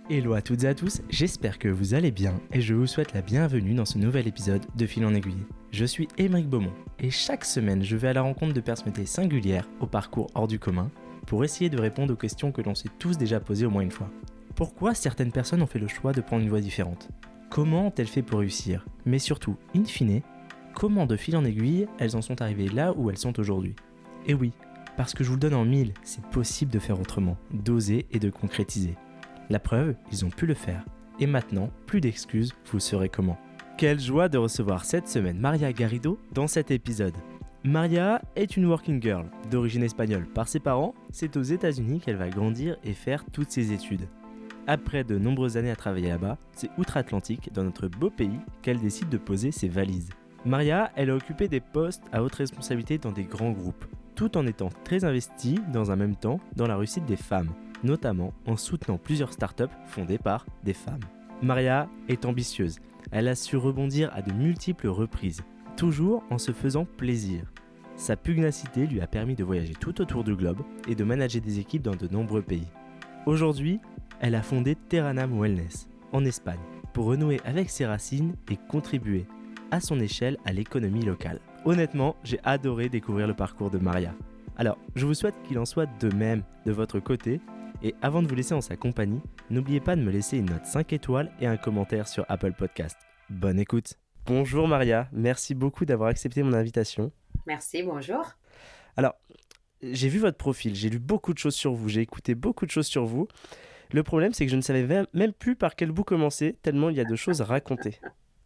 Hello à toutes et à tous, j'espère que vous allez bien et je vous souhaite la bienvenue dans ce nouvel épisode de Fil en aiguille. Je suis Émeric Beaumont et chaque semaine je vais à la rencontre de personnalités singulières au parcours hors du commun pour essayer de répondre aux questions que l'on s'est tous déjà posées au moins une fois. Pourquoi certaines personnes ont fait le choix de prendre une voie différente ? Comment ont-elles fait pour réussir ? Mais surtout, in fine, comment de fil en aiguille elles en sont arrivées là où elles sont aujourd'hui ? Et oui, parce que je vous le donne en mille, c'est possible de faire autrement, d'oser et de concrétiser. La preuve, ils ont pu le faire. Et maintenant, plus d'excuses, vous saurez comment. Quelle joie de recevoir cette semaine Maria Garrido dans cet épisode. Maria est une working girl, d'origine espagnole par ses parents. C'est aux États-Unis qu'elle va grandir et faire toutes ses études. Après de nombreuses années à travailler là-bas, c'est outre-Atlantique, dans notre beau pays, qu'elle décide de poser ses valises. Maria, elle a occupé des postes à haute responsabilité dans des grands groupes, tout en étant très investie dans un même temps dans la réussite des femmes, notamment en soutenant plusieurs startups fondées par des femmes. Maria est ambitieuse, elle a su rebondir à de multiples reprises, toujours en se faisant plaisir. Sa pugnacité lui a permis de voyager tout autour du globe et de manager des équipes dans de nombreux pays. Aujourd'hui, elle a fondé Terranam Wellness, en Espagne, pour renouer avec ses racines et contribuer, à son échelle, à l'économie locale. Honnêtement, j'ai adoré découvrir le parcours de Maria. Alors, je vous souhaite qu'il en soit de même de votre côté. Et avant de vous laisser en sa compagnie, n'oubliez pas de me laisser une note 5 étoiles et un commentaire sur Apple Podcast. Bonne écoute. Bonjour Maria, merci beaucoup d'avoir accepté mon invitation. Merci, bonjour. Alors, j'ai vu votre profil, j'ai lu beaucoup de choses sur vous, j'ai écouté beaucoup de choses sur vous. Le problème, c'est que je ne savais même plus par quel bout commencer, tellement il y a de choses à raconter.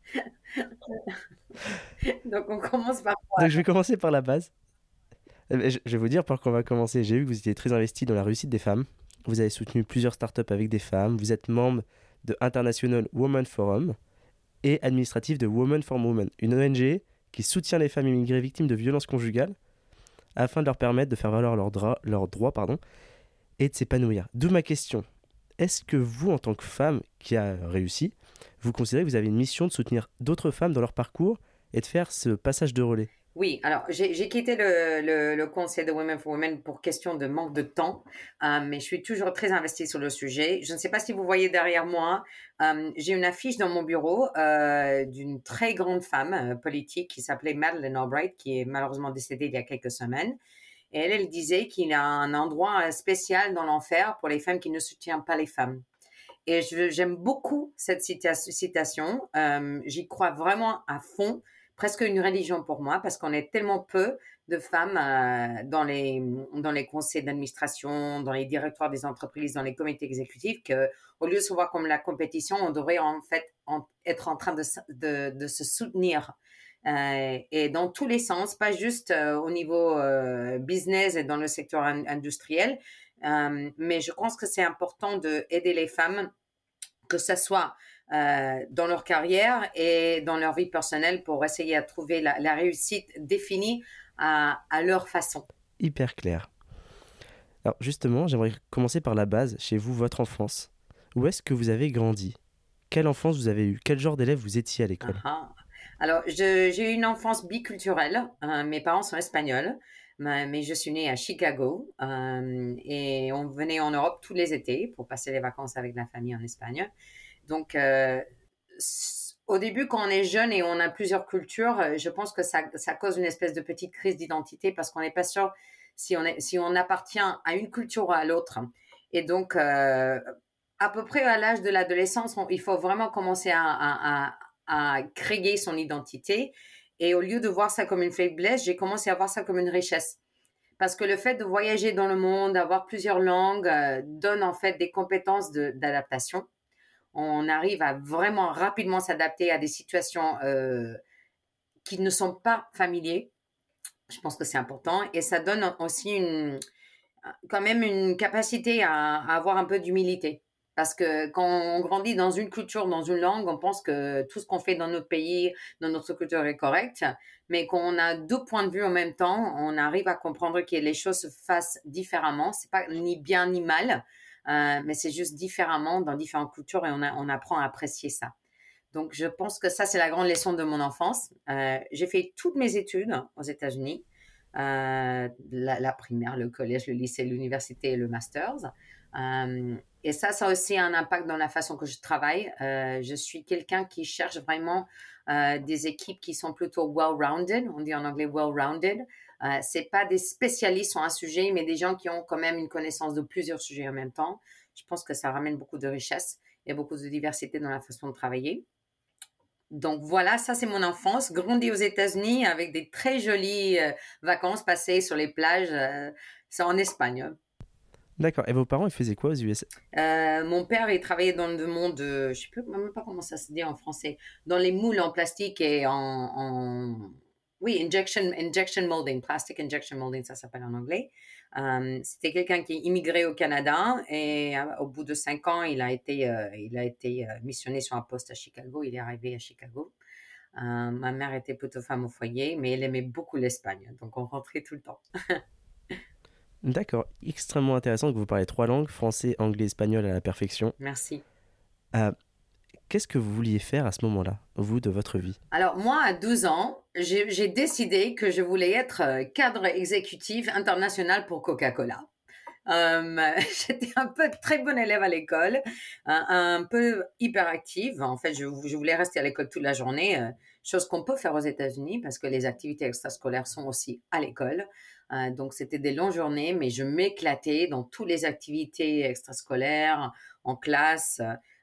Donc on commence par quoi? Donc je vais commencer par la base. Je vais vous dire par quoi on va commencer. J'ai vu que vous étiez très investi dans la réussite des femmes. Vous avez soutenu plusieurs startups avec des femmes. Vous êtes membre de International Women Forum et administratif de Women for Women, une ONG qui soutient les femmes immigrées victimes de violences conjugales afin de leur permettre de faire valoir leurs droits et de s'épanouir. D'où ma question. Est-ce que vous, en tant que femme qui a réussi, vous considérez que vous avez une mission de soutenir d'autres femmes dans leur parcours et de faire ce passage de relais ? Oui, alors j'ai quitté le conseil de Women for Women pour question de manque de temps, mais je suis toujours très investie sur le sujet. Je ne sais pas si vous voyez derrière moi, j'ai une affiche dans mon bureau d'une très grande femme politique qui s'appelait Madeleine Albright, qui est malheureusement décédée il y a quelques semaines. Et elle disait qu'il y a un endroit spécial dans l'enfer pour les femmes qui ne soutiennent pas les femmes. Et j'aime beaucoup cette citation. J'y crois vraiment à fond, presque une religion pour moi, parce qu'on est tellement peu de femmes dans les conseils d'administration, dans les directoires des entreprises, dans les comités exécutifs, que au lieu de se voir comme la compétition, on devrait en fait être en train de se soutenir. Et dans tous les sens, pas juste au niveau business et dans le secteur industriel, mais je pense que c'est important d'aider les femmes, que ce soit dans leur carrière et dans leur vie personnelle, pour essayer à trouver la réussite définie à leur façon. Hyper clair. Alors justement, j'aimerais commencer par la base, chez vous, votre enfance. Où est-ce que vous avez grandi ? Quelle enfance vous avez eue ? Quel genre d'élève vous étiez à l'école ? Alors, j'ai eu une enfance biculturelle. Mes parents sont espagnols, mais je suis née à Chicago et on venait en Europe tous les étés pour passer les vacances avec la famille en Espagne. Donc, au début, quand on est jeune et on a plusieurs cultures, je pense que ça cause une espèce de petite crise d'identité parce qu'on n'est pas sûr si on appartient à une culture ou à l'autre. Et donc, à peu près à l'âge de l'adolescence, il faut vraiment commencer à créer son identité. Et au lieu de voir ça comme une faiblesse, j'ai commencé à voir ça comme une richesse. Parce que le fait de voyager dans le monde, d'avoir plusieurs langues, donne en fait des compétences d'adaptation. On arrive à vraiment rapidement s'adapter à des situations qui ne sont pas familières. Je pense que c'est important. Et ça donne aussi quand même une capacité à avoir un peu d'humilité. Parce que quand on grandit dans une culture, dans une langue, on pense que tout ce qu'on fait dans notre pays, dans notre culture est correct. Mais quand on a deux points de vue en même temps, on arrive à comprendre que les choses se fassent différemment. C'est pas ni bien ni mal, mais c'est juste différemment dans différentes cultures et on apprend à apprécier ça. Donc, je pense que ça, c'est la grande leçon de mon enfance. J'ai fait toutes mes études aux États-Unis. La primaire, le collège, le lycée, l'université et le master's. Et ça a aussi un impact dans la façon que je travaille. Je suis quelqu'un qui cherche vraiment des équipes qui sont plutôt well-rounded. On dit en anglais well-rounded. C'est pas des spécialistes sur un sujet, mais des gens qui ont quand même une connaissance de plusieurs sujets en même temps. Je pense que ça ramène beaucoup de richesse. Il y a beaucoup de diversité dans la façon de travailler. Donc voilà, ça c'est mon enfance, grandi aux États-Unis avec des très jolies vacances passées sur les plages, c'est en Espagne. D'accord. Et vos parents, ils faisaient quoi aux USA? Mon père, il travaillait dans le monde, je sais plus même pas comment ça se dit en français, dans les moules en plastique et oui, injection molding, plastic injection molding, ça s'appelle en anglais. C'était quelqu'un qui est immigré au Canada et au bout de 5 ans, il a été missionné sur un poste à Chicago. Il est arrivé à Chicago. Ma mère était plutôt femme au foyer, mais elle aimait beaucoup l'Espagne, donc on rentrait tout le temps. D'accord. Extrêmement intéressant que vous parlez 3 langues, français, anglais, espagnol à la perfection. Merci. Euh, Qu'est-ce que vous vouliez faire à ce moment-là, vous, de votre vie? Alors moi, à 12 ans, j'ai décidé que je voulais être cadre exécutif international pour Coca-Cola. J'étais un peu très bonne élève à l'école, un peu hyperactive. En fait, je voulais rester à l'école toute la journée, chose qu'on peut faire aux États-Unis parce que les activités extrascolaires sont aussi à l'école. Donc, c'était des longues journées, mais je m'éclatais dans toutes les activités extrascolaires, en classe.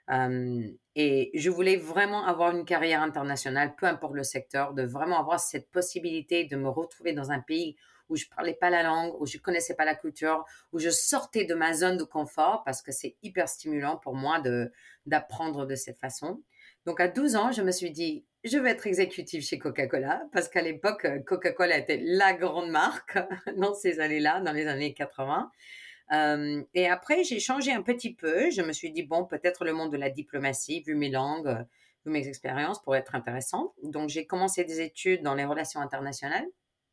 Et je voulais vraiment avoir une carrière internationale, peu importe le secteur, de vraiment avoir cette possibilité de me retrouver dans un pays où je parlais pas la langue, où je connaissais pas la culture, où je sortais de ma zone de confort parce que c'est hyper stimulant pour moi d'apprendre de cette façon. Donc à 12 ans, je me suis dit, je vais être exécutive chez Coca-Cola parce qu'à l'époque, Coca-Cola était la grande marque dans ces années-là, dans les années 80. Et après, j'ai changé un petit peu. Je me suis dit, bon, peut-être le monde de la diplomatie, vu mes langues, vu mes expériences, pourrait être intéressant. Donc, j'ai commencé des études dans les relations internationales.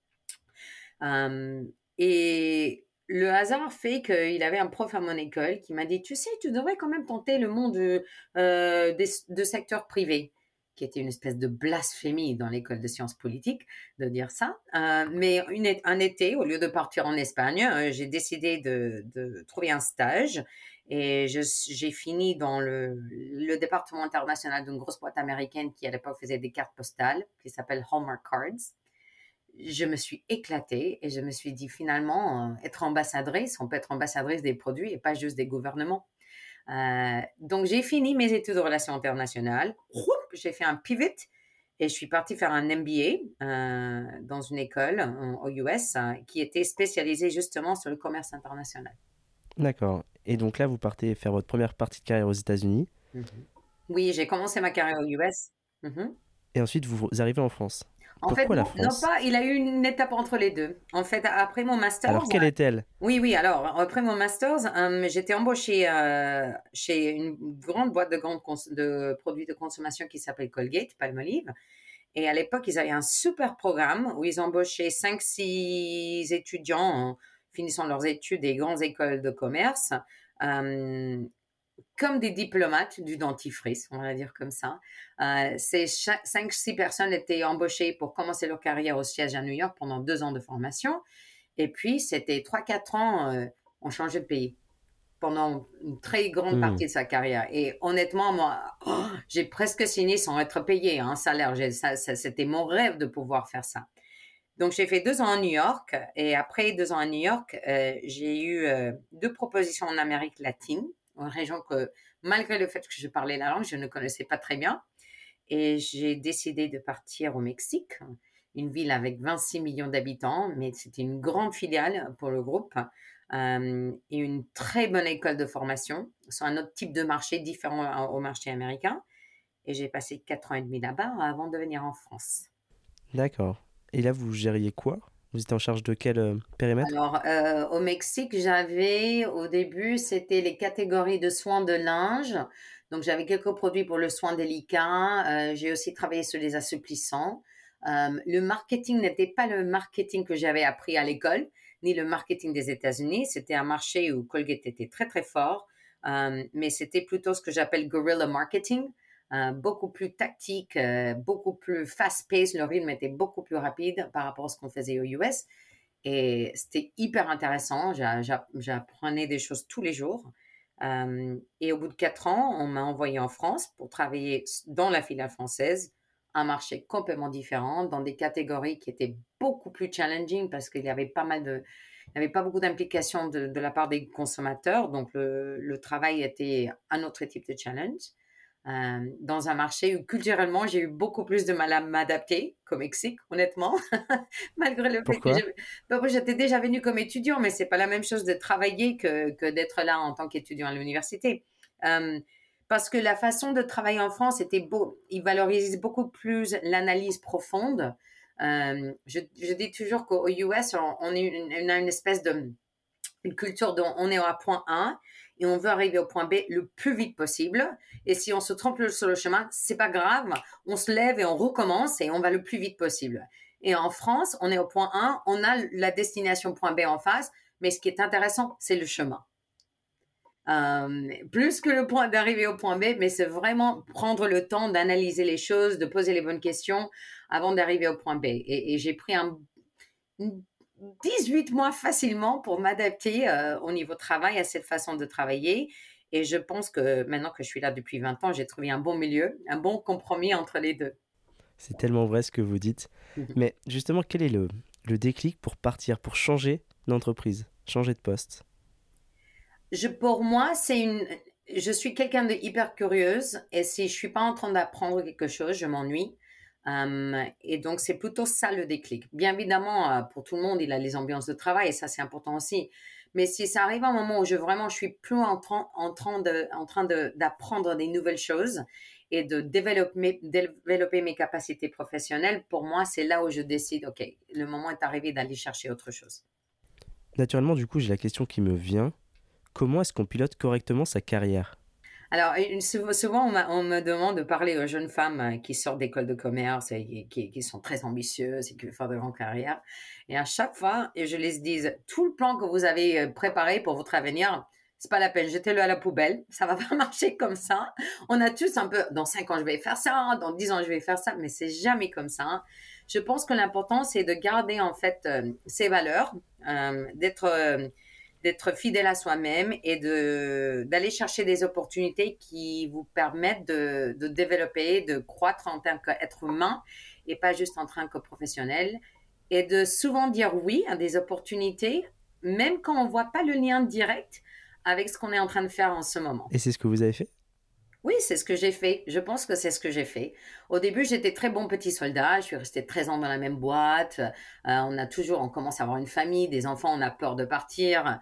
Et le hasard fait qu'il avait un prof à mon école qui m'a dit, tu sais, tu devrais quand même tenter le monde de secteur privé, qui était une espèce de blasphémie dans l'école de sciences politiques de dire ça. Mais un été, au lieu de partir en Espagne, j'ai décidé de trouver un stage et j'ai fini dans le département international d'une grosse boîte américaine qui à l'époque faisait des cartes postales, qui s'appelle Hallmark Cards. Je me suis éclatée et je me suis dit finalement, être ambassadrice, on peut être ambassadrice des produits et pas juste des gouvernements. Donc j'ai fini mes études de relations internationales, j'ai fait un pivot et je suis partie faire un MBA dans une école aux US qui était spécialisée justement sur le commerce international. D'accord. Et donc là, vous partez faire votre première partie de carrière aux États-Unis, Mhm. Oui, j'ai commencé ma carrière aux US. Mhm. et ensuite vous arrivez en France. En fait, Pourquoi la non, non France? pas, il a eu une étape entre les deux. En fait, après mon master, Alors, quelle est-elle? oui, oui. Alors, après mon master's, j'étais embauchée chez une grande boîte de produits de consommation qui s'appelle Colgate, Palmolive. Et à l'époque, ils avaient un super programme où ils embauchaient 5, 6 étudiants en finissant leurs études des grandes écoles de commerce, euh, comme des diplomates du dentifrice, on va dire comme ça. Ces 5, 6 personnes étaient embauchées pour commencer leur carrière au siège à New York pendant 2 ans de formation. Et puis, c'était 3, 4 ans, on changeait de pays pendant une très grande Hmm. partie de sa carrière. Et honnêtement, moi, j'ai presque signé sans être payé un salaire. C'était mon rêve de pouvoir faire ça. Donc, j'ai fait 2 ans à New York. Et après 2 ans à New York, j'ai eu 2 propositions en Amérique latine, une région que, malgré le fait que je parlais la langue, je ne connaissais pas très bien. Et j'ai décidé de partir au Mexique, une ville avec 26 millions d'habitants, mais c'était une grande filiale pour le groupe et une très bonne école de formation sur un autre type de marché différent au marché américain. Et j'ai passé 4 ans et demi là-bas avant de venir en France. D'accord. Et là, vous gériez quoi? Vous étiez en charge de quel périmètre? Alors, au Mexique, j'avais, au début, c'était les catégories de soins de linge. Donc, j'avais quelques produits pour le soin délicat. J'ai aussi travaillé sur les assouplissants. Le marketing n'était pas le marketing que j'avais appris à l'école, ni le marketing des États-Unis. C'était un marché où Colgate était très, très fort. Mais c'était plutôt ce que j'appelle guerrilla marketing. Beaucoup plus tactique, beaucoup plus fast-paced. Le rythme était beaucoup plus rapide par rapport à ce qu'on faisait aux US. Et c'était hyper intéressant. J'apprenais des choses tous les jours. Et au bout de 4 ans, on m'a envoyé en France pour travailler dans la filiale française, un marché complètement différent, dans des catégories qui étaient beaucoup plus challenging parce qu'il y avait il n'y avait pas beaucoup d'implication de la part des consommateurs, donc le travail était un autre type de challenge. Dans un marché où culturellement j'ai eu beaucoup plus de mal à m'adapter qu'au Mexique, honnêtement, malgré le fait que Pourquoi? j'étais déjà venue comme étudiant, mais c'est pas la même chose de travailler que d'être là en tant qu'étudiant à l'université. Euh, Parce que la façon de travailler en France était beau, ils valorisent beaucoup plus l'analyse profonde. Je dis toujours qu'au US, on a une espèce de une culture dont on est à point A et on veut arriver au point B le plus vite possible. Et si on se trompe sur le chemin, c'est pas grave. On se lève et on recommence et on va le plus vite possible. Et en France, on est au point A, on a la destination point B en face, mais ce qui est intéressant, c'est le chemin. Plus que le point d'arriver au point B, mais c'est vraiment prendre le temps d'analyser les choses, de poser les bonnes questions avant d'arriver au point B. Et j'ai pris 18 mois facilement pour m'adapter au niveau travail à cette façon de travailler. Et je pense que maintenant que je suis là depuis 20 ans, j'ai trouvé un bon milieu, un bon compromis entre les deux. C'est tellement vrai ce que vous dites. Mais justement, quel est le déclic pour partir, pour changer d'entreprise, changer de poste? Pour moi, je suis quelqu'un de hyper curieuse et si je suis pas en train d'apprendre quelque chose, je m'ennuie. Et donc, c'est plutôt ça le déclic. Bien évidemment, pour tout le monde, il a les ambiances de travail et ça, c'est important aussi. Mais si ça arrive à un moment où je suis plus d'apprendre des nouvelles choses et de développer mes capacités professionnelles, pour moi, c'est là où je décide, OK, le moment est arrivé d'aller chercher autre chose. Naturellement, du coup, j'ai la question qui me vient. Comment est-ce qu'on pilote correctement sa carrière? Alors, souvent, on me demande de parler aux jeunes femmes qui sortent d'école de commerce et qui sont très ambitieuses et qui veulent faire de grandes carrières. Et à chaque fois, je les dis, tout le plan que vous avez préparé pour votre avenir, c'est pas la peine, jetez-le à la poubelle. Ça va pas marcher comme ça. On a tous un peu, dans 5 ans, je vais faire ça, dans 10 ans, je vais faire ça, mais c'est jamais comme ça, hein. Je pense que l'important, c'est de garder, en fait, ses valeurs, d'être fidèle à soi-même et d'aller chercher des opportunités qui vous permettent de développer, de croître en tant qu'être humain et pas juste en tant que professionnel. Et de souvent dire oui à des opportunités, même quand on ne voit pas le lien direct avec ce qu'on est en train de faire en ce moment. Et c'est ce que vous avez fait? Oui, c'est ce que j'ai fait. Je pense que c'est ce que j'ai fait. Au début, j'étais très bon petit soldat. Je suis restée 13 ans dans la même boîte. On commence à avoir une famille, des enfants, on a peur de partir.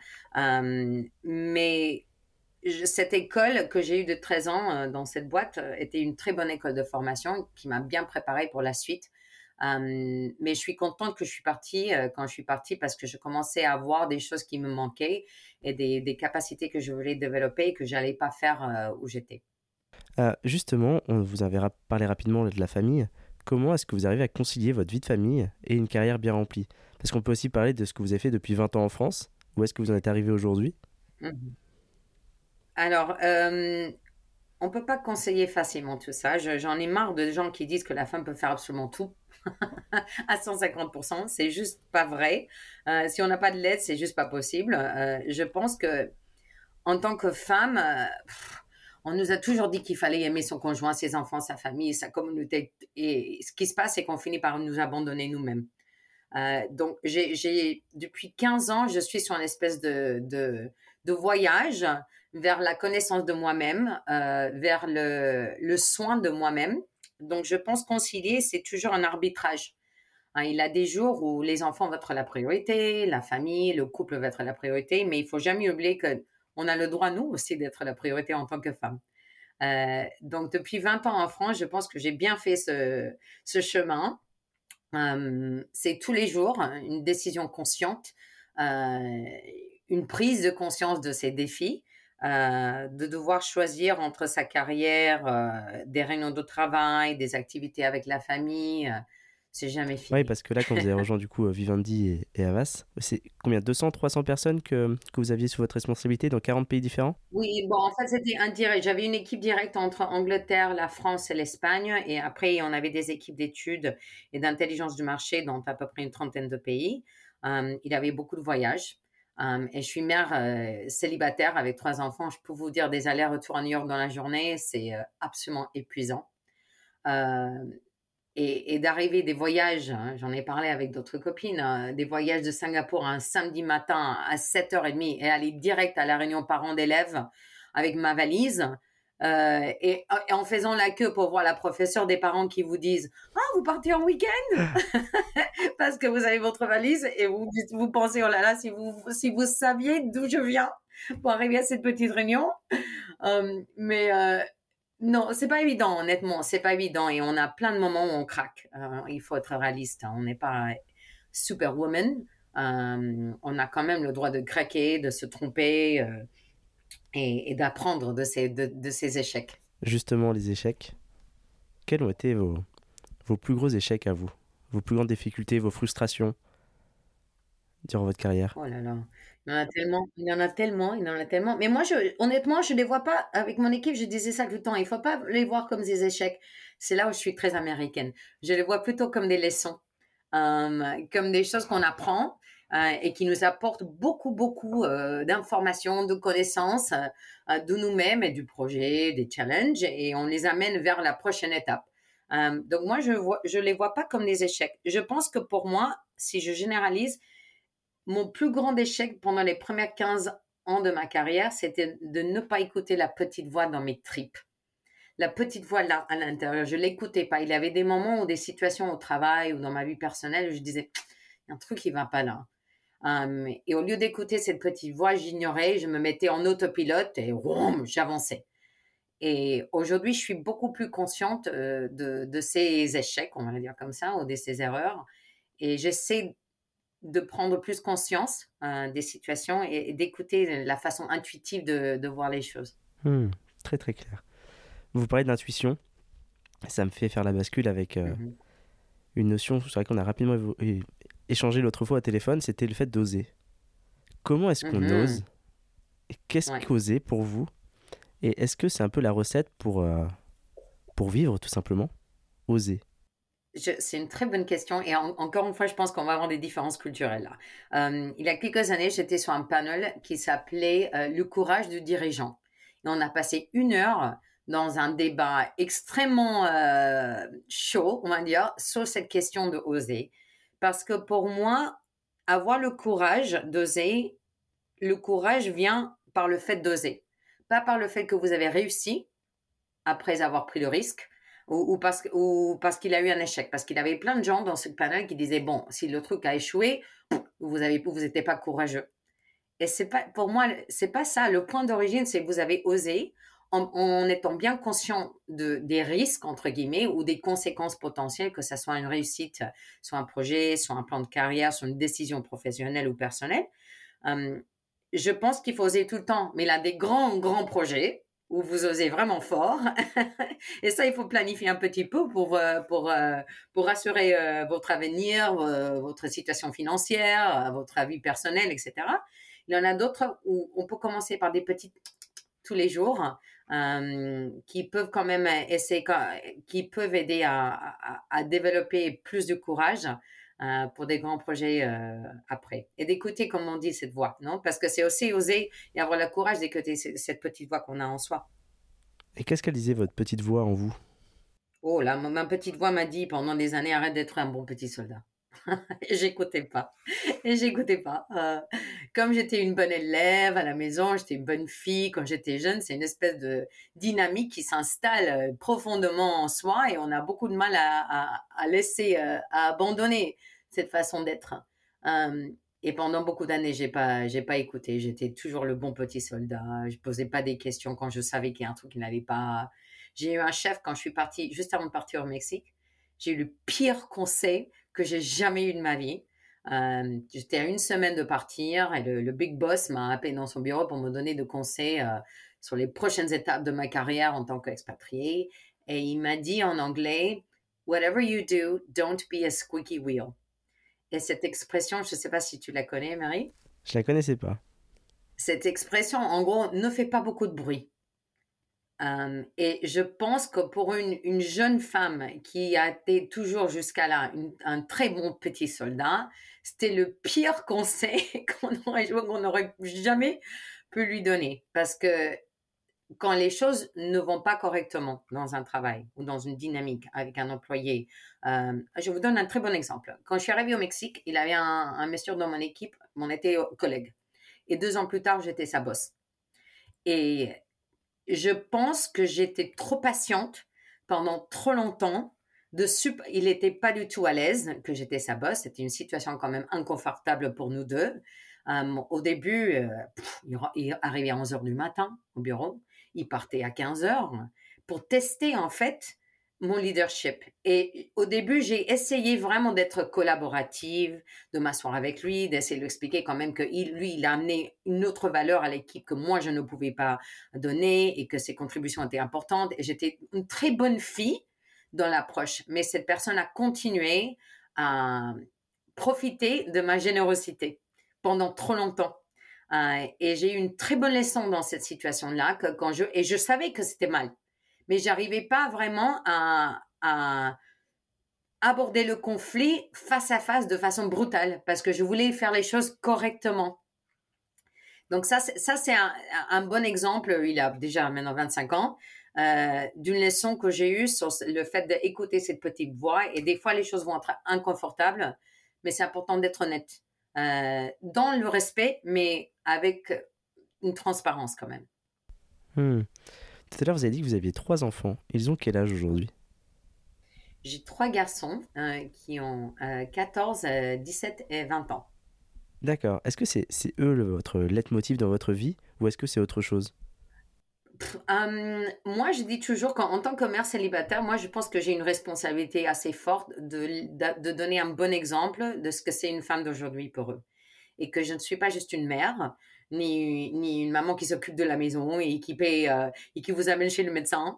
Mais cette école que j'ai eue de 13 ans dans cette boîte était une très bonne école de formation qui m'a bien préparée pour la suite. Mais je suis contente que je suis partie quand je suis partie parce que je commençais à voir des choses qui me manquaient et des capacités que je voulais développer et que j'allais pas faire où j'étais. Justement, on vous avait parlé rapidement de la famille. Comment est-ce que vous arrivez à concilier votre vie de famille et une carrière bien remplie? Parce qu'on peut aussi parler de ce que vous avez fait depuis 20 ans en France. Où est-ce que vous en êtes arrivé aujourd'hui? Mhm. Alors, on peut pas conseiller facilement tout ça. J'en ai marre de gens qui disent que la femme peut faire absolument tout à 150%. C'est juste pas vrai. Si on n'a pas de l'aide, c'est juste pas possible. Je pense que en tant que femme, on nous a toujours dit qu'il fallait aimer son conjoint, ses enfants, sa famille, sa communauté. Et ce qui se passe, c'est qu'on finit par nous abandonner nous-mêmes. Donc, depuis 15 ans, je suis sur une espèce de voyage vers la connaissance de moi-même, vers le soin de moi-même. Donc, je pense concilier, c'est toujours un arbitrage. Hein, il y a des jours où les enfants vont être la priorité, la famille, le couple va être la priorité, mais il faut jamais oublier qu'on a le droit, nous aussi, d'être la priorité en tant que femme. Donc, depuis 20 ans en France, je pense que j'ai bien fait ce chemin. C'est tous les jours une décision consciente, une prise de conscience de ces défis, de devoir choisir entre sa carrière, des réunions de travail, des activités avec la famille. C'est jamais Oui, fini. parce que là, quand vous avez rejoint du coup Vivendi et Havas, c'est combien? 200, 300 personnes que vous aviez sous votre responsabilité dans 40 pays différents? Oui, bon, en fait, c'était indirect. J'avais une équipe directe entre Angleterre, la France et l'Espagne. Et après, on avait des équipes d'études et d'intelligence du marché dans à peu près une trentaine de pays. Il y avait beaucoup de voyages. Et je suis mère célibataire avec 3 enfants. Je peux vous dire des allers-retours à New York dans la journée, c'est absolument épuisant. Euh, et d'arriver des voyages, hein, j'en ai parlé avec d'autres copines, des voyages de Singapour un samedi matin à 7h30 et aller direct à la réunion parents d'élèves avec ma valise. Et en faisant la queue pour voir la professeure des parents qui vous disent « Ah, vous partez en week-end ?» parce que vous avez votre valise et vous pensez « Oh là là, si vous saviez d'où je viens pour arriver à cette petite réunion. » Mais non, c'est pas évident, honnêtement, c'est pas évident et on a plein de moments où on craque. Il faut être réaliste, hein. On n'est pas superwoman. On a quand même le droit de craquer, de se tromper et d'apprendre de ces échecs. Justement, les échecs, quels ont été vos plus gros échecs à vous? Vos plus grandes difficultés, vos frustrations durant votre carrière? Oh là là, il y en a tellement, il y en a tellement, il y en a tellement. Mais moi, honnêtement, je les vois pas. Avec mon équipe, je disais ça tout le temps. Il faut pas les voir comme des échecs. C'est là où je suis très américaine. Je les vois plutôt comme des leçons, comme des choses qu'on apprend et qui nous apportent beaucoup, beaucoup d'informations, de connaissances de nous-mêmes et du projet, des challenges, et on les amène vers la prochaine étape. Donc moi, je les vois pas comme des échecs. Je pense que pour moi, si je généralise, mon plus grand échec pendant les premières 15 ans de ma carrière, c'était de ne pas écouter la petite voix dans mes tripes. La petite voix là, à l'intérieur, je ne l'écoutais pas. Il y avait des moments ou des situations au travail ou dans ma vie personnelle où je disais, il y a un truc qui ne va pas là. Et au lieu d'écouter cette petite voix, j'ignorais, je me mettais en autopilote et vroom, j'avançais. Et aujourd'hui, je suis beaucoup plus consciente de ces échecs, on va le dire comme ça, ou de ces erreurs. Et j'essaie de prendre plus conscience des situations et d'écouter la façon intuitive de voir les choses. Très très clair. Vous parlez d'intuition, ça me fait faire la bascule avec Mhm. une notion sur laquelle on a rapidement échangé l'autre fois au téléphone, c'était le fait d'oser. Comment est-ce qu'on ose? Mhm. Et qu'est-ce Ouais. qu'oser pour vous? Et est-ce que c'est un peu la recette pour vivre tout simplement? Oser. C'est une très bonne question et encore une fois, je pense qu'on va avoir des différences culturelles là. Il y a quelques années, j'étais sur un panel qui s'appelait Le courage du dirigeant. Et on a passé 1 heure dans un débat extrêmement chaud, on va dire, sur cette question de oser. Parce que pour moi, avoir le courage d'oser, le courage vient par le fait d'oser, pas par le fait que vous avez réussi après avoir pris le risque ou parce qu'il a eu un échec. Parce qu'il y avait plein de gens dans ce panel qui disaient, bon, si le truc a échoué, vous n'étiez pas courageux. Et c'est pas, pour moi, c'est pas ça. Le point d'origine, c'est que vous avez osé en étant bien conscient des risques, entre guillemets, ou des conséquences potentielles, que ce soit une réussite, soit un projet, soit un plan de carrière, soit une décision professionnelle ou personnelle. Je pense qu'il faut oser tout le temps, mais il a des grands, grands projets où vous osez vraiment fort. Et ça, il faut planifier un petit peu pour assurer votre avenir, votre situation financière, votre vie personnelle, etc. Il y en a d'autres où on peut commencer par des petits tous les jours qui peuvent quand même qui peuvent aider à développer plus de courage pour des grands projets après. Et d'écouter, comme on dit, cette voix, non? Parce que c'est aussi oser et avoir le courage d'écouter cette petite voix qu'on a en soi. Et qu'est-ce qu'elle disait, votre petite voix en vous? Oh là, ma petite voix m'a dit pendant des années, arrête d'être un bon petit soldat. Et j'écoutais pas. Et j'écoutais pas. Comme j'étais une bonne élève à la maison, j'étais une bonne fille quand j'étais jeune, c'est une espèce de dynamique qui s'installe profondément en soi et on a beaucoup de mal à laisser, à abandonner cette façon d'être. Euh, et pendant beaucoup d'années, j'ai pas écouté. J'étais toujours le bon petit soldat. Je posais pas des questions quand je savais qu'il y a un truc qui n'allait pas. J'ai eu un chef quand je suis partie, juste avant de partir au Mexique. J'ai eu le pire conseil que j'ai jamais eu de ma vie. J'étais à une semaine de partir et le big boss m'a appelé dans son bureau pour me donner des conseils sur les prochaines étapes de ma carrière en tant qu'expatrié. Et il m'a dit en anglais, Whatever you do, don't be a squeaky wheel. Et cette expression, je ne sais pas si tu la connais, Marie. Je la connaissais pas. Cette expression, en gros, ne fait pas beaucoup de bruit. Et je pense que pour une jeune femme qui a été toujours jusqu'à là un très bon petit soldat, c'était le pire conseil qu'on aurait jamais pu lui donner. Parce que quand les choses ne vont pas correctement dans un travail ou dans une dynamique avec un employé, je vous donne un très bon exemple. Quand je suis arrivée au Mexique, il y avait un monsieur dans mon équipe, on était collègues. Et 2 ans plus tard, j'étais sa boss. Et je pense que j'étais trop patiente pendant trop longtemps. Il n'était pas du tout à l'aise que j'étais sa boss. C'était une situation quand même inconfortable pour nous deux. Au début, il arrivait à 11 heures du matin au bureau. Il partait à 15 heures pour tester en fait mon leadership. Et au début, j'ai essayé vraiment d'être collaborative, de m'asseoir avec lui, d'essayer de lui expliquer quand même que lui, il a amené une autre valeur à l'équipe que moi, je ne pouvais pas donner et que ses contributions étaient importantes. Et j'étais une très bonne fille dans l'approche. Mais cette personne a continué à profiter de ma générosité pendant trop longtemps. Et j'ai eu une très bonne leçon dans cette situation-là et je savais que c'était mal, mais j'arrivais pas vraiment à aborder le conflit face à face de façon brutale parce que je voulais faire les choses correctement. Donc ça c'est un bon exemple. Il a déjà maintenant 25 ans. D'une leçon que j'ai eue sur le fait d'écouter cette petite voix. Et des fois, les choses vont être inconfortables, mais c'est important d'être honnête. Dans le respect, mais avec une transparence quand même. Tout à l'heure, vous avez dit que vous aviez 3 enfants. Ils ont quel âge aujourd'hui? J'ai 3 garçons qui ont 14, 17 et 20 ans. D'accord. Est-ce que c'est eux votre leitmotiv dans votre vie ou est-ce que c'est autre chose? Moi, je dis toujours qu'en tant que mère célibataire, moi, je pense que j'ai une responsabilité assez forte de donner un bon exemple de ce que c'est une femme d'aujourd'hui pour eux. Et que je ne suis pas juste une mère, ni une maman qui s'occupe de la maison et qui paye et qui vous amène chez le médecin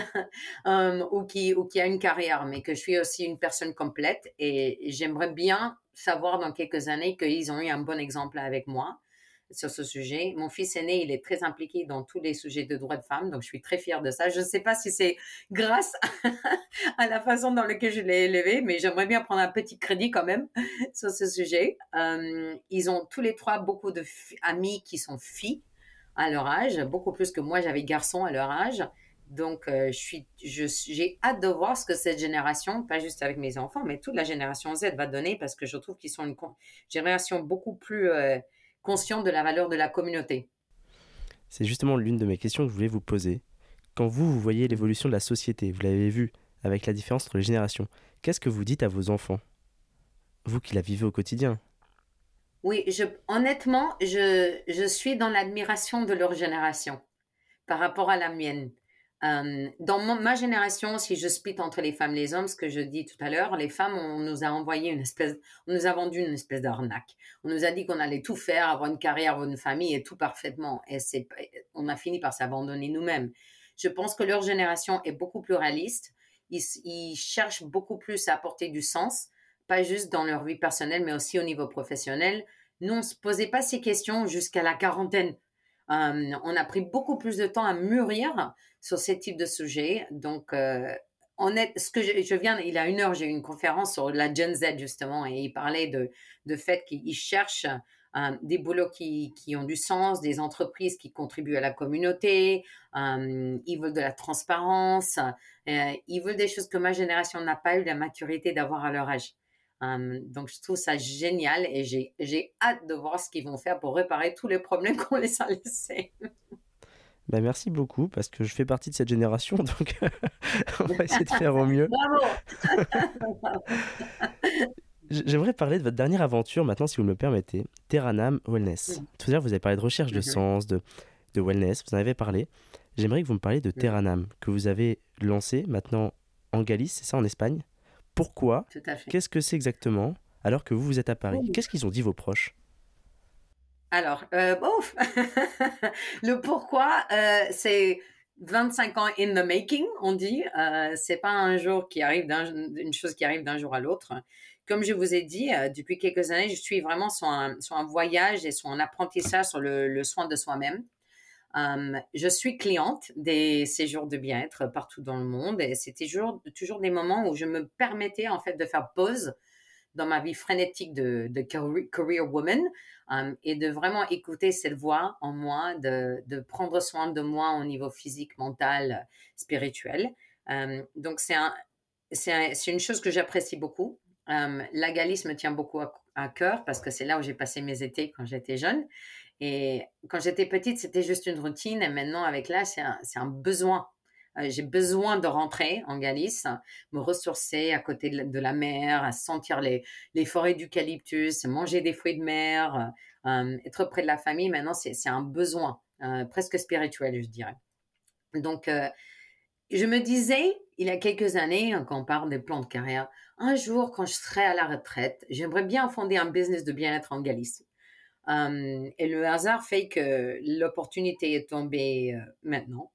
ou qui a une carrière, mais que je suis aussi une personne complète. Et j'aimerais bien savoir dans quelques années qu'ils ont eu un bon exemple avec moi sur ce sujet. Mon fils aîné, il est très impliqué dans tous les sujets de droits de femmes, donc je suis très fière de ça. Je ne sais pas si c'est grâce à la façon dans laquelle je l'ai élevé, mais j'aimerais bien prendre un petit crédit quand même sur ce sujet. Ils ont tous les trois beaucoup amis qui sont filles à leur âge, beaucoup plus que moi j'avais garçons à leur âge. Donc, j'ai hâte de voir ce que cette génération, pas juste avec mes enfants, mais toute la génération Z va donner parce que je trouve qu'ils sont une génération beaucoup plus consciente de la valeur de la communauté. C'est justement l'une de mes questions que je voulais vous poser. Quand vous voyez l'évolution de la société, vous l'avez vu avec la différence entre les générations, qu'est-ce que vous dites à vos enfants? Vous qui la vivez au quotidien. Oui, honnêtement, je suis dans l'admiration de leur génération par rapport à la mienne. Dans ma génération, si je split entre les femmes et les hommes, ce que je dis tout à l'heure, les femmes, on nous a envoyé on nous a vendu une espèce d'arnaque. On nous a dit qu'on allait tout faire, avoir une carrière, avoir une famille et tout parfaitement. Et on a fini par s'abandonner nous-mêmes. Je pense que leur génération est beaucoup plus réaliste. Ils cherchent beaucoup plus à apporter du sens, pas juste dans leur vie personnelle, mais aussi au niveau professionnel. Nous, on ne se posait pas ces questions jusqu'à la quarantaine. On a pris beaucoup plus de temps à mûrir sur ces types de sujets. Donc, ce que je viens, il y a 1 heure, j'ai eu une conférence sur la Gen Z justement, et il parlait de fait qu'ils cherchent des boulots qui ont du sens, des entreprises qui contribuent à la communauté, ils veulent de la transparence, ils veulent des choses que ma génération n'a pas eu la maturité d'avoir à leur âge. Donc, je trouve ça génial et j'ai hâte de voir ce qu'ils vont faire pour réparer tous les problèmes qu'on les a laissés. Bah merci beaucoup parce que je fais partie de cette génération, donc on va essayer de faire au mieux. Bravo! J'aimerais parler de votre dernière aventure maintenant, si vous me le permettez, Terranam Wellness. Tout à l'heure, vous avez parlé de recherche de sens, de wellness, vous en avez parlé. J'aimerais que vous me parliez de Terranam, que vous avez lancé maintenant en Galice, c'est ça, en Espagne. Pourquoi? Tout à fait. Qu'est-ce que c'est exactement alors que vous êtes à Paris? Qu'est-ce qu'ils ont dit vos proches? Alors, le pourquoi, c'est 25 ans in the making, on dit. C'est pas un jour qui arrive une chose qui arrive d'un jour à l'autre. Comme je vous ai dit, depuis quelques années, je suis vraiment sur un voyage et sur un apprentissage sur le soin de soi-même. Je suis cliente des séjours de bien-être partout dans le monde et c'était toujours des moments où je me permettais en fait de faire pause dans ma vie frénétique de career woman et de vraiment écouter cette voix en moi, de prendre soin de moi au niveau physique, mental, spirituel. Donc, c'est une chose que j'apprécie beaucoup. La Galice me tient beaucoup à cœur parce que c'est là où j'ai passé mes étés quand j'étais jeune. Et quand j'étais petite, c'était juste une routine. Et maintenant, avec l'âge, c'est un besoin. J'ai besoin de rentrer en Galice, me ressourcer à côté de la mer, à sentir les forêts d'eucalyptus, manger des fruits de mer, être près de la famille. Maintenant, c'est un besoin presque spirituel, je dirais. Donc, je me disais, il y a quelques années, quand on parle des plans de carrière, un jour, quand je serai à la retraite, j'aimerais bien fonder un business de bien-être en Galice. Et le hasard fait que l'opportunité est tombée maintenant.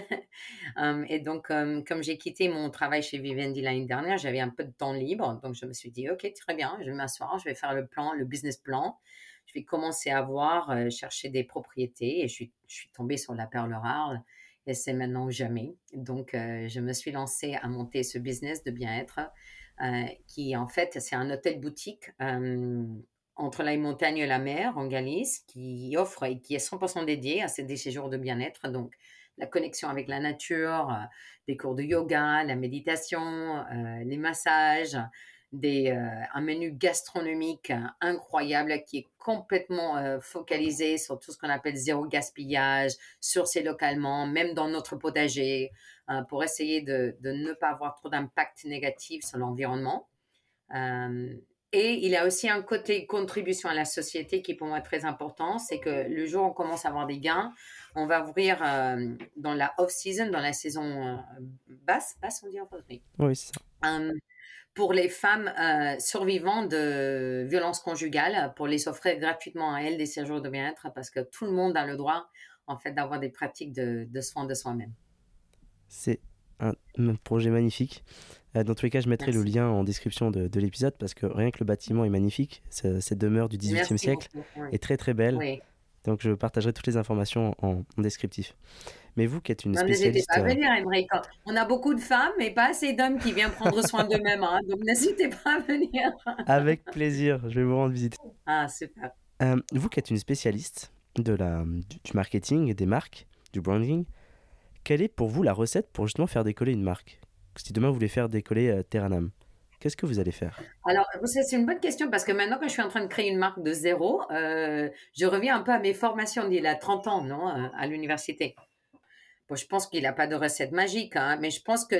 Et donc, comme j'ai quitté mon travail chez Vivendi l'année dernière, j'avais un peu de temps libre. Donc, je me suis dit, OK, très bien, je vais m'asseoir, je vais faire le business plan. Je vais commencer à voir, chercher des propriétés. Et je suis tombée sur la perle rare. Et c'est maintenant ou jamais. Donc, je me suis lancée à monter ce business de bien-être qui, en fait, c'est un hôtel boutique entre la montagne et la mer en Galice qui offre et qui est 100% dédié à des séjours de bien-être. Donc, la connexion avec la nature, des cours de yoga, la méditation, les massages, un menu gastronomique incroyable qui est complètement focalisé sur tout ce qu'on appelle zéro gaspillage, sourcé localement, même dans notre potager, pour essayer de ne pas avoir trop d'impact négatif sur l'environnement. Et il y a aussi un côté contribution à la société qui pour moi est très important, c'est que le jour où on commence à avoir des gains, on va ouvrir dans la off-season, dans la saison basse on dit en français. Oui, c'est ça. Pour les femmes survivantes de violences conjugales, pour les offrir gratuitement à elles des séjours de bien-être, parce que tout le monde a le droit en fait d'avoir des pratiques de soins de soi-même. C'est un projet magnifique. Dans tous les cas, je mettrai le Merci. lien en description de l'épisode parce que rien que le bâtiment est magnifique. Cette demeure du XVIIIe Merci siècle beaucoup. Oui. est très très belle. Oui. Donc je partagerai toutes les informations en descriptif. Mais vous qui êtes une Non, n'hésitez pas spécialiste... à venir, Émeric. On a beaucoup de femmes, mais pas assez d'hommes qui viennent prendre soin d'eux-mêmes. Hein. Donc, n'hésitez pas à venir. Avec plaisir, je vais vous rendre visite. Ah, super. Vous qui êtes une spécialiste du marketing et des marques, du branding, quelle est pour vous la recette pour justement faire décoller une marque? Si demain vous voulez faire décoller Terranam, qu'est-ce que vous allez faire? Alors, c'est une bonne question parce que maintenant que je suis en train de créer une marque de zéro, je reviens un peu à mes formations d'il y a 30 ans, non, à l'université. Bon, je pense qu'il n'a pas de recette magique, hein, mais je pense que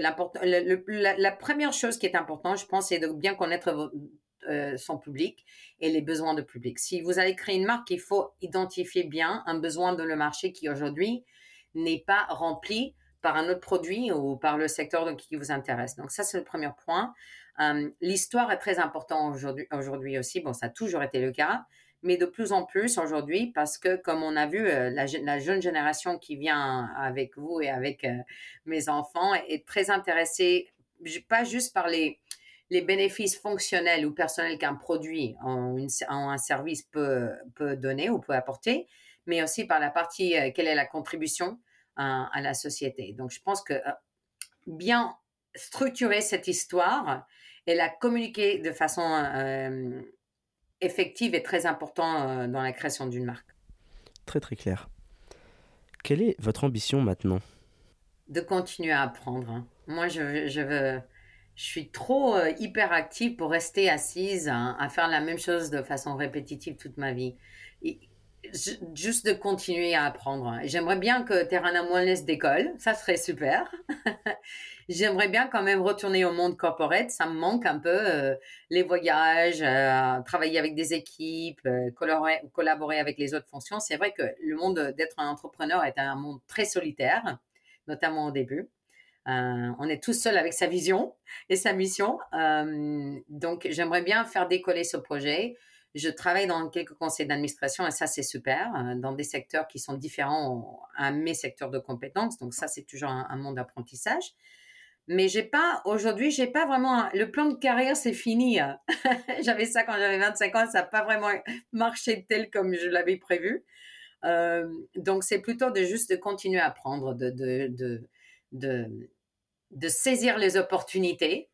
la première chose qui est importante, je pense, c'est de bien connaître son public et les besoins de public. Si vous allez créer une marque, il faut identifier bien un besoin de le marché qui aujourd'hui n'est pas rempli par un autre produit ou par le secteur qui vous intéresse. Donc ça, c'est le premier point. L'histoire est très importante aujourd'hui aussi. Bon, ça a toujours été le cas, mais de plus en plus aujourd'hui parce que, comme on a vu, la jeune génération qui vient avec vous et avec mes enfants est très intéressée, pas juste par les bénéfices fonctionnels ou personnels qu'un produit en un service peut donner ou peut apporter, mais aussi par la partie, quelle est la contribution à la société. Donc, je pense que bien structurer cette histoire et la communiquer de façon effective est très important dans la création d'une marque. Très très clair. Quelle est votre ambition maintenant? De continuer à apprendre. Hein. Moi, je suis trop hyper active pour rester assise à faire la même chose de façon répétitive toute ma vie. Et juste de continuer à apprendre. J'aimerais bien que Terranam Wellness décolle, ça serait super. J'aimerais bien quand même retourner au monde corporate, ça me manque un peu, les voyages, travailler avec des équipes, collaborer avec les autres fonctions. C'est vrai que le monde d'être un entrepreneur est un monde très solitaire, notamment au début. On est tout seul avec sa vision et sa mission. Donc, j'aimerais bien faire décoller ce projet. Je travaille dans quelques conseils d'administration et ça, c'est super, dans des secteurs qui sont différents à mes secteurs de compétences. Donc, ça, c'est toujours un monde d'apprentissage. Mais aujourd'hui, j'ai pas vraiment, le plan de carrière, c'est fini. J'avais ça quand j'avais 25 ans, ça n'a pas vraiment marché tel comme je l'avais prévu. Donc, c'est plutôt de juste de continuer à apprendre, de, de saisir les opportunités,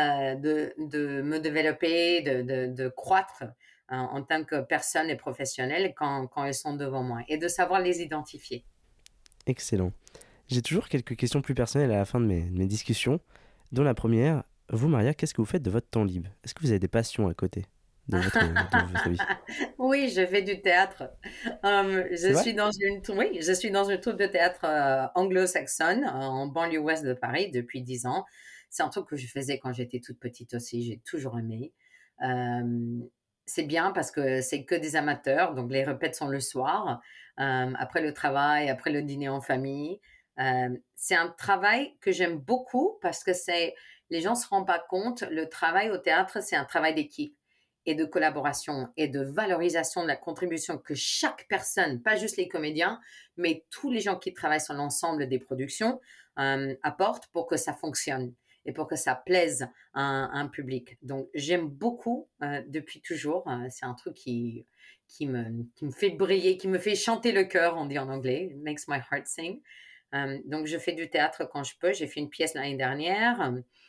de me développer, de croître en tant que personne et professionnelle quand elles sont devant moi et de savoir les identifier. Excellent. J'ai toujours quelques questions plus personnelles à la fin de mes discussions, dont la première, vous Maria, qu'est-ce que vous faites de votre temps libre? Est-ce que vous avez des passions à côté de votre vie? Oui, je fais du théâtre. C'est vrai? Oui, je suis dans une troupe de théâtre anglo-saxonne en banlieue ouest de Paris depuis 10 ans. C'est un truc que je faisais quand j'étais toute petite aussi. J'ai toujours aimé. Euh, c'est bien parce que c'est que des amateurs, donc les répètes sont le soir, après le travail, après le dîner en famille. C'est un travail que j'aime beaucoup parce que les gens se rendent pas compte, le travail au théâtre, c'est un travail d'équipe et de collaboration et de valorisation de la contribution que chaque personne, pas juste les comédiens, mais tous les gens qui travaillent sur l'ensemble des productions, apportent pour que ça fonctionne et pour que ça plaise à un public. Donc, j'aime beaucoup depuis toujours. C'est un truc qui me fait briller, qui me fait chanter le cœur, on dit en anglais, it makes my heart sing. Donc, je fais du théâtre quand je peux. J'ai fait une pièce l'année dernière.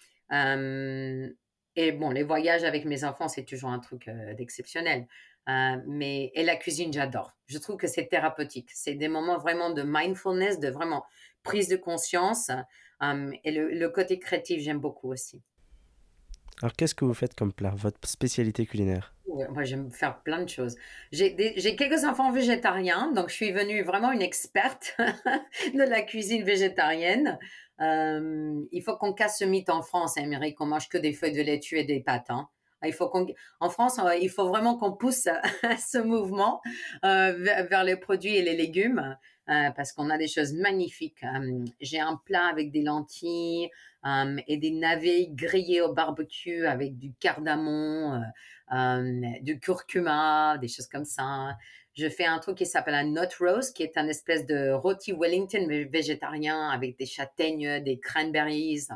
Euh, et bon, les voyages avec mes enfants, c'est toujours un truc d'exceptionnel. Et la cuisine, j'adore. Je trouve que c'est thérapeutique. C'est des moments vraiment de mindfulness, de vraiment prise de conscience. Et le côté créatif, j'aime beaucoup aussi. Alors qu'est-ce que vous faites comme plat, votre spécialité culinaire? Ouais, moi, j'aime faire plein de choses. J'ai quelques enfants végétariens, donc je suis venue vraiment une experte de la cuisine végétarienne. Il faut qu'on casse ce mythe en France, hein, Amérique, qu'on mange que des feuilles de laitue et des pâtes, hein. En France, il faut vraiment qu'on pousse ce mouvement vers les produits et les légumes parce qu'on a des choses magnifiques. J'ai un plat avec des lentilles et des navets grillés au barbecue avec du cardamome, du curcuma, des choses comme ça. Je fais un truc qui s'appelle un nut roast, qui est un espèce de rôti Wellington végétarien avec des châtaignes, des cranberries,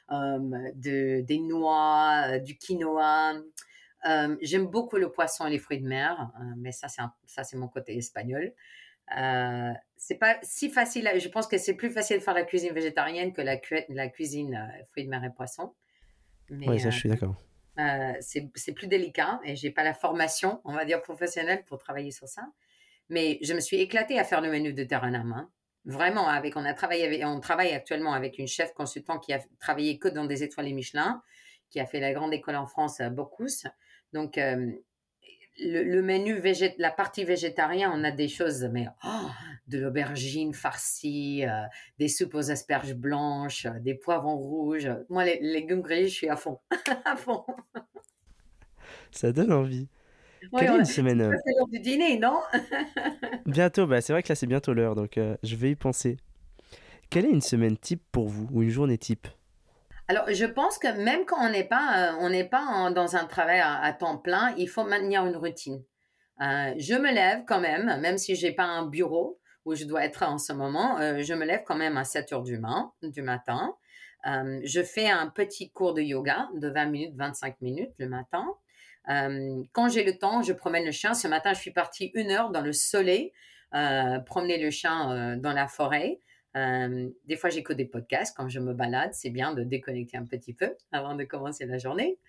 des noix, du quinoa. J'aime beaucoup le poisson et les fruits de mer, mais ça c'est mon côté espagnol. C'est pas si facile. Je pense que c'est plus facile de faire la cuisine végétarienne que la cuisine fruits de mer et poissons. Oui, Mais ça je suis d'accord. c'est plus délicat et j'ai pas la formation, on va dire, professionnelle pour travailler sur ça. Mais je me suis éclatée à faire le menu de Terranam, hein. Vraiment, on travaille actuellement avec une chef consultant qui a travaillé que dans des étoiles Michelin, qui a fait la grande école en France à Bocuse. Donc, le menu la partie végétarien, on a des choses, mais de l'aubergine farcie, des soupes aux asperges blanches, des poivrons rouges. Moi, les légumes grillés, je suis à fond, à fond. Ça donne envie. Oui, Quelle est une c'est semaine presque l'heure du dîner, non? bientôt, bah c'est vrai que là c'est bientôt l'heure, donc je vais y penser. Quelle est une semaine type pour vous, ou une journée type? Alors, je pense que même quand on n'est pas dans un travail à temps plein, il faut maintenir une routine. Je me lève quand même si j'ai pas un bureau où je dois être en ce moment, je me lève quand même à 7 heures du matin. Je fais un petit cours de yoga de 20 minutes, 25 minutes le matin. Quand j'ai le temps, je promène le chien. Ce matin, je suis partie 1 heure dans le soleil, promener le chien dans la forêt. Des fois, j'écoute des podcasts quand je me balade. C'est bien de déconnecter un petit peu avant de commencer la journée.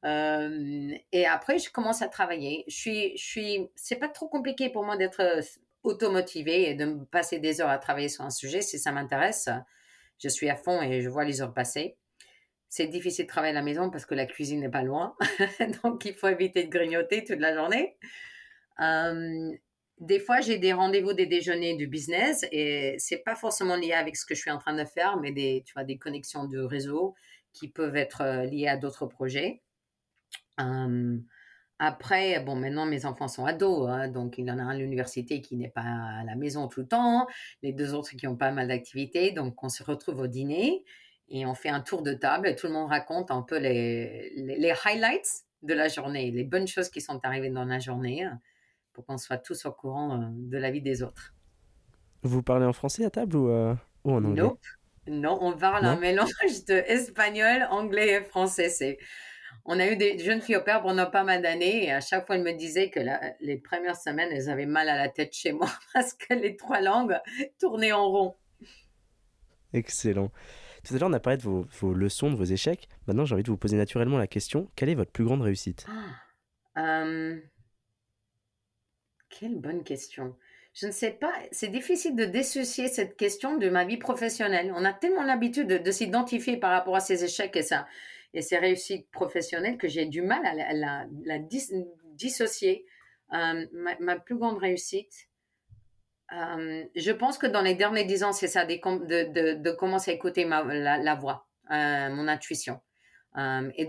Et après, je commence à travailler. C'est pas trop compliqué pour moi d'être automotivée et de me passer des heures à travailler sur un sujet. Si ça m'intéresse, je suis à fond et je vois les heures passer. C'est difficile de travailler à la maison parce que la cuisine n'est pas loin. Donc, il faut éviter de grignoter toute la journée. Euh, des fois, j'ai des rendez-vous, des déjeuners du business et c'est pas forcément lié avec ce que je suis en train de faire, mais tu vois, des connexions de réseau qui peuvent être liées à d'autres projets. Euh, Après, bon, maintenant mes enfants sont ados, hein, donc il y en a un à l'université qui n'est pas à la maison tout le temps, les deux autres qui ont pas mal d'activités, donc on se retrouve au dîner et on fait un tour de table et tout le monde raconte un peu les highlights de la journée, les bonnes choses qui sont arrivées dans la journée, pour qu'on soit tous au courant de la vie des autres. Vous parlez en français à table ou en anglais? Nope. Non, on parle un Non? mélange de espagnol, anglais et français. On a eu des jeunes filles au pair pendant pas mal d'années et à chaque fois, elles me disaient que les premières semaines, elles avaient mal à la tête chez moi parce que les trois langues tournaient en rond. Excellent. Tout à l'heure, on a parlé de vos leçons, de vos échecs. Maintenant, j'ai envie de vous poser naturellement la question, quelle est votre plus grande réussite? Euh, Quelle bonne question. Je ne sais pas, c'est difficile de dissocier cette question de ma vie professionnelle. On a tellement l'habitude de s'identifier par rapport à ses échecs et ses réussites professionnelles que j'ai du mal à dissocier. Ma plus grande réussite, je pense que dans les derniers 10 ans, c'est ça, de commencer à écouter la voix, mon intuition, et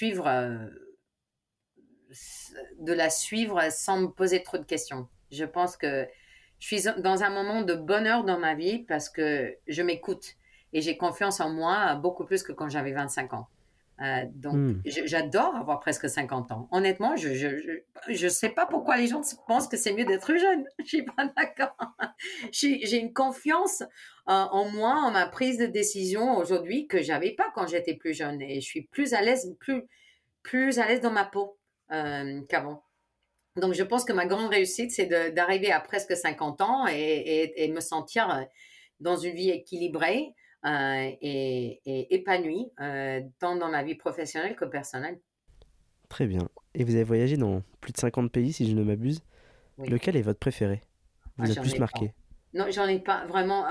de la suivre sans me poser trop de questions. Je pense que je suis dans un moment de bonheur dans ma vie parce que je m'écoute et j'ai confiance en moi beaucoup plus que quand j'avais 25 ans. Donc, Hmm. j'adore avoir presque 50 ans. Honnêtement, je sais pas pourquoi les gens pensent que c'est mieux d'être jeune. Je suis pas d'accord. J'ai une confiance en moi, en ma prise de décision aujourd'hui que j'avais pas quand j'étais plus jeune et je suis plus à l'aise, plus à l'aise dans ma peau qu'avant. Donc, je pense que ma grande réussite, c'est d'arriver à presque 50 ans et me sentir dans une vie équilibrée et épanouie, tant dans ma vie professionnelle que personnelle. Très bien. Et vous avez voyagé dans plus de 50 pays, si je ne m'abuse. Oui. Lequel est votre préféré? Ah, Vous a j'en plus ai pas. marqué? Non, j'en ai pas vraiment.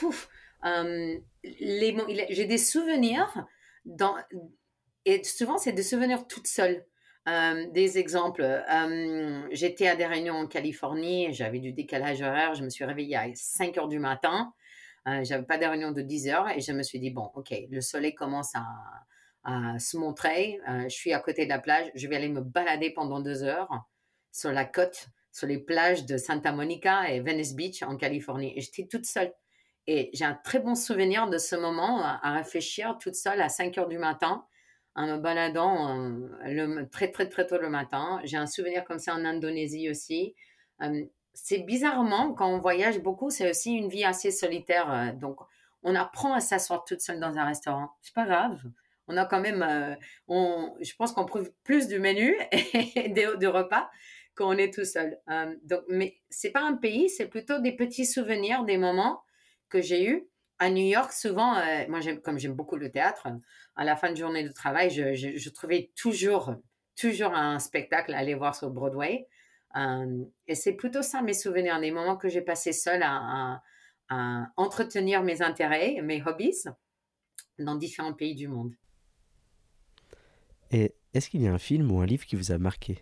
J'ai des souvenirs dans, et souvent, c'est des souvenirs toute seule. Des exemples. J'étais à des réunions en Californie, j'avais du décalage horaire, je me suis réveillée à 5 heures du matin. J'avais pas de réunion de 10 heures et je me suis dit, bon, ok, le soleil commence à se montrer. Je suis à côté de la plage, je vais aller me balader pendant 2 heures sur la côte, sur les plages de Santa Monica et Venice Beach en Californie. Et j'étais toute seule. Et j'ai un très bon souvenir de ce moment à réfléchir toute seule à 5 heures du matin en me baladant très, très, très tôt le matin. J'ai un souvenir comme ça en Indonésie aussi. C'est bizarrement, quand on voyage beaucoup, c'est aussi une vie assez solitaire. Donc, on apprend à s'asseoir toute seule dans un restaurant. C'est pas grave. On a quand même, je pense qu'on prouve plus du menu et des repas quand on est tout seul. Donc, mais c'est pas un pays, c'est plutôt des petits souvenirs, des moments que j'ai eus. À New York, souvent, moi, comme j'aime beaucoup le théâtre, à la fin de journée de travail, je trouvais toujours un spectacle à aller voir sur Broadway. Et c'est plutôt ça mes souvenirs, les moments que j'ai passés seule à entretenir mes intérêts, mes hobbies dans différents pays du monde. Et est-ce qu'il y a un film ou un livre qui vous a marqué?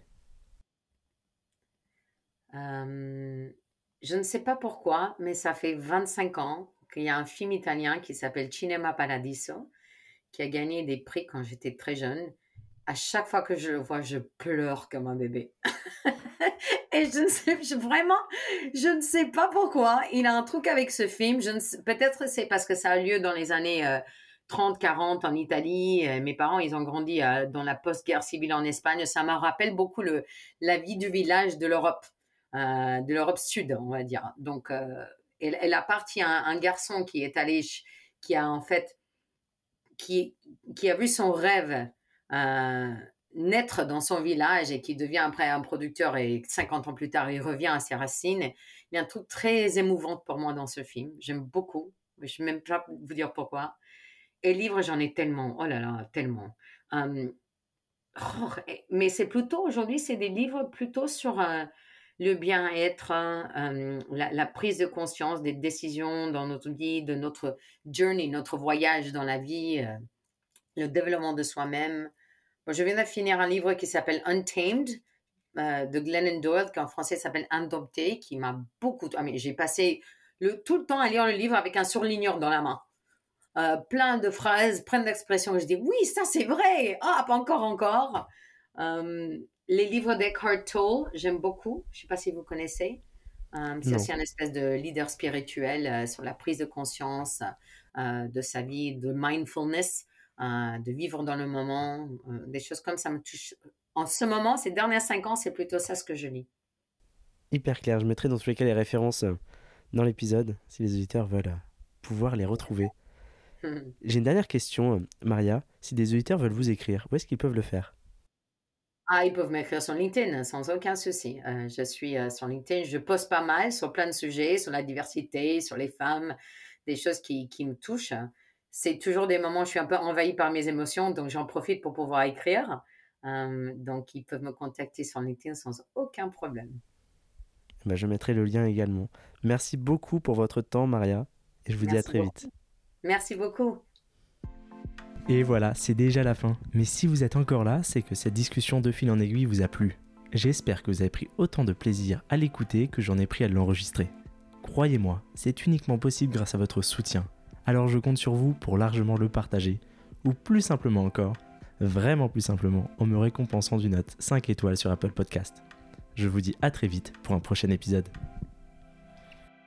Euh, je ne sais pas pourquoi, mais ça fait 25 ans qu'il y a un film italien qui s'appelle Cinema Paradiso, qui a gagné des prix quand j'étais très jeune. À chaque fois que je le vois, je pleure comme un bébé. Et vraiment, je ne sais pas pourquoi. Il a un truc avec ce film. Peut-être c'est parce que ça a lieu dans les années 30, 40 en Italie. Mes parents, ils ont grandi dans la post-guerre civile en Espagne. Ça me rappelle beaucoup la vie du village de l'Europe sud, on va dire. Donc, elle appartient à un garçon qui est allé, qui a en fait, qui a vu son rêve euh, naître dans son village et qui devient après un producteur et 50 ans plus tard, il revient à ses racines. Il y a un truc très émouvant pour moi dans ce film. J'aime beaucoup. Je ne sais même pas vous dire pourquoi. Et livres, j'en ai tellement. Oh là là, tellement. Euh, mais c'est plutôt, aujourd'hui, c'est des livres plutôt sur le bien-être, la prise de conscience des décisions dans notre vie, de notre journey, notre voyage dans la vie, le développement de soi-même. Bon, je viens de finir un livre qui s'appelle Untamed de Glennon Doyle, qui en français s'appelle Indompté, qui m'a beaucoup. J'ai passé tout le temps à lire le livre avec un surligneur dans la main. Plein de phrases, plein d'expressions que je dis oui, ça c'est vrai. Ah, pas encore, encore. Les livres d'Eckhart Tolle, j'aime beaucoup. Je ne sais pas si vous connaissez. C'est Non. aussi un espèce de leader spirituel sur la prise de conscience de sa vie, de mindfulness, de vivre dans le moment, des choses comme ça me touchent. En ce moment, ces dernières 5 ans, c'est plutôt ça ce que je lis. Hyper clair. Je mettrai dans tous les cas les références dans l'épisode, si les auditeurs veulent pouvoir les retrouver. J'ai une dernière question, Maria. Si des auditeurs veulent vous écrire, où est-ce qu'ils peuvent le faire? Ah, ils peuvent m'écrire sur LinkedIn sans aucun souci. Je suis, sur LinkedIn, je poste pas mal sur plein de sujets, sur la diversité, sur les femmes, des choses qui me touchent. C'est toujours des moments où je suis un peu envahie par mes émotions, donc j'en profite pour pouvoir écrire. Donc ils peuvent me contacter sur LinkedIn sans aucun problème. Bah, je mettrai le lien également. Merci beaucoup pour votre temps, Maria, et je vous dis à Merci très vite. beaucoup. Merci beaucoup. Et voilà, c'est déjà la fin. Mais si vous êtes encore là, c'est que cette discussion de fil en aiguille vous a plu. J'espère que vous avez pris autant de plaisir à l'écouter que j'en ai pris à l'enregistrer. Croyez-moi, c'est uniquement possible grâce à votre soutien. Alors je compte sur vous pour largement le partager. Ou plus simplement encore, vraiment plus simplement, en me récompensant d'une note 5 étoiles sur Apple Podcast. Je vous dis à très vite pour un prochain épisode.